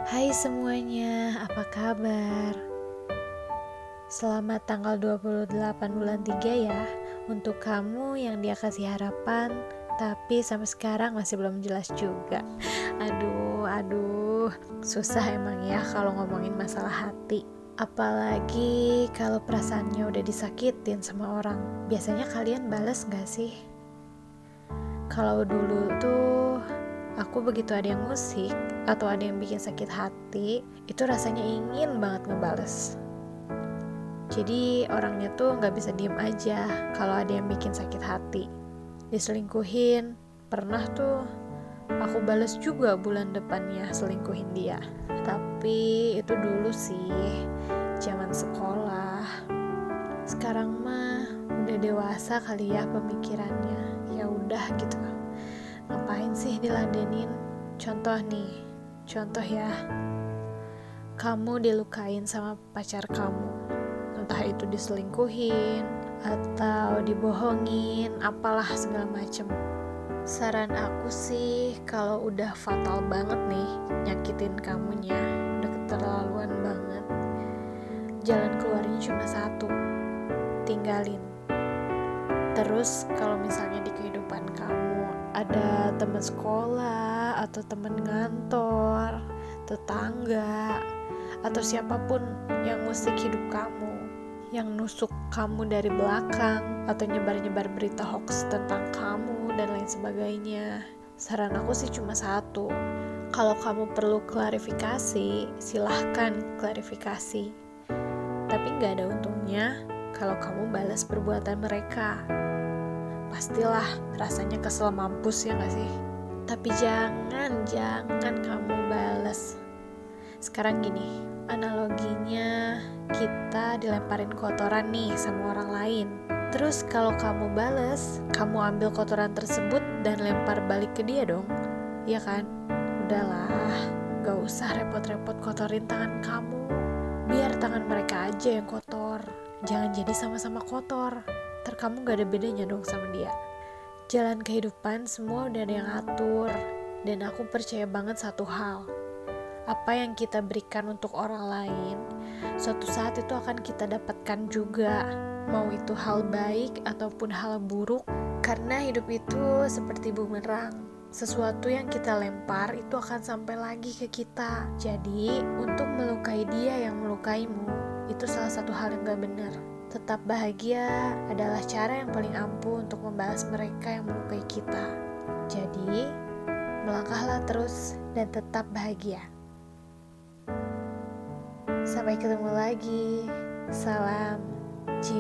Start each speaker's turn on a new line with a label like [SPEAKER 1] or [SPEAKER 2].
[SPEAKER 1] Hai semuanya, apa kabar? Selamat tanggal 28 bulan 3 ya. Untuk kamu yang dia kasih harapan, tapi sampai sekarang masih belum jelas juga. Aduh, susah emang ya kalau ngomongin masalah hati. Apalagi kalau perasaannya udah disakitin sama orang. Biasanya kalian bales gak sih? Kalau dulu tuh aku begitu ada yang musik atau ada yang bikin sakit hati, itu rasanya ingin banget ngebales. Jadi orangnya tuh gak bisa diem aja kalau ada yang bikin sakit hati. Diselingkuhin, pernah tuh aku bales juga bulan depannya selingkuhin dia. Tapi itu dulu sih, zaman sekolah. Sekarang mah udah dewasa kali ya pemikirannya. Ya udah gitu. Ngapain sih diladenin? Contoh ya. Kamu dilukain sama pacar kamu. Entah itu diselingkuhin atau dibohongin, apalah segala macem. Saran aku sih kalau udah fatal banget nih nyakitin kamunya, udah keterlaluan banget, jalan keluarnya cuma satu, tinggalin. Terus kalau misalnya di kehidupan kamu ada teman sekolah atau teman ngantor, tetangga, atau siapapun yang ngusik hidup kamu, yang nusuk kamu dari belakang atau nyebar-nyebar berita hoax tentang kamu dan lain sebagainya, saran aku sih cuma satu. Kalau kamu perlu klarifikasi, silahkan klarifikasi. Tapi gak ada untungnya kalau kamu balas perbuatan mereka. Pastilah rasanya kesel mampus ya gak sih? Tapi jangan kamu balas. Sekarang gini, analoginya kita dilemparin kotoran nih sama orang lain. Terus kalau kamu bales, kamu ambil kotoran tersebut dan lempar balik ke dia dong. Iya kan? Udahlah, gak usah repot-repot kotorin tangan kamu. Biar tangan mereka aja yang kotor. Jangan jadi sama-sama kotor. Ntar kamu gak ada bedanya dong sama dia. Jalan kehidupan semua udah ada yang atur. Dan aku percaya banget satu hal. Apa yang kita berikan untuk orang lain, suatu saat itu akan kita dapatkan juga. Mau itu hal baik ataupun hal buruk. Karena hidup itu seperti bumerang. Sesuatu yang kita lempar itu akan sampai lagi ke kita. Jadi, untuk melukai dia yang melukaimu, itu salah satu hal yang gak benar. Tetap bahagia adalah cara yang paling ampuh untuk membalas mereka yang melukai kita. Jadi, melangkahlah terus dan tetap bahagia. Sampai ketemu lagi. Salam jiwa.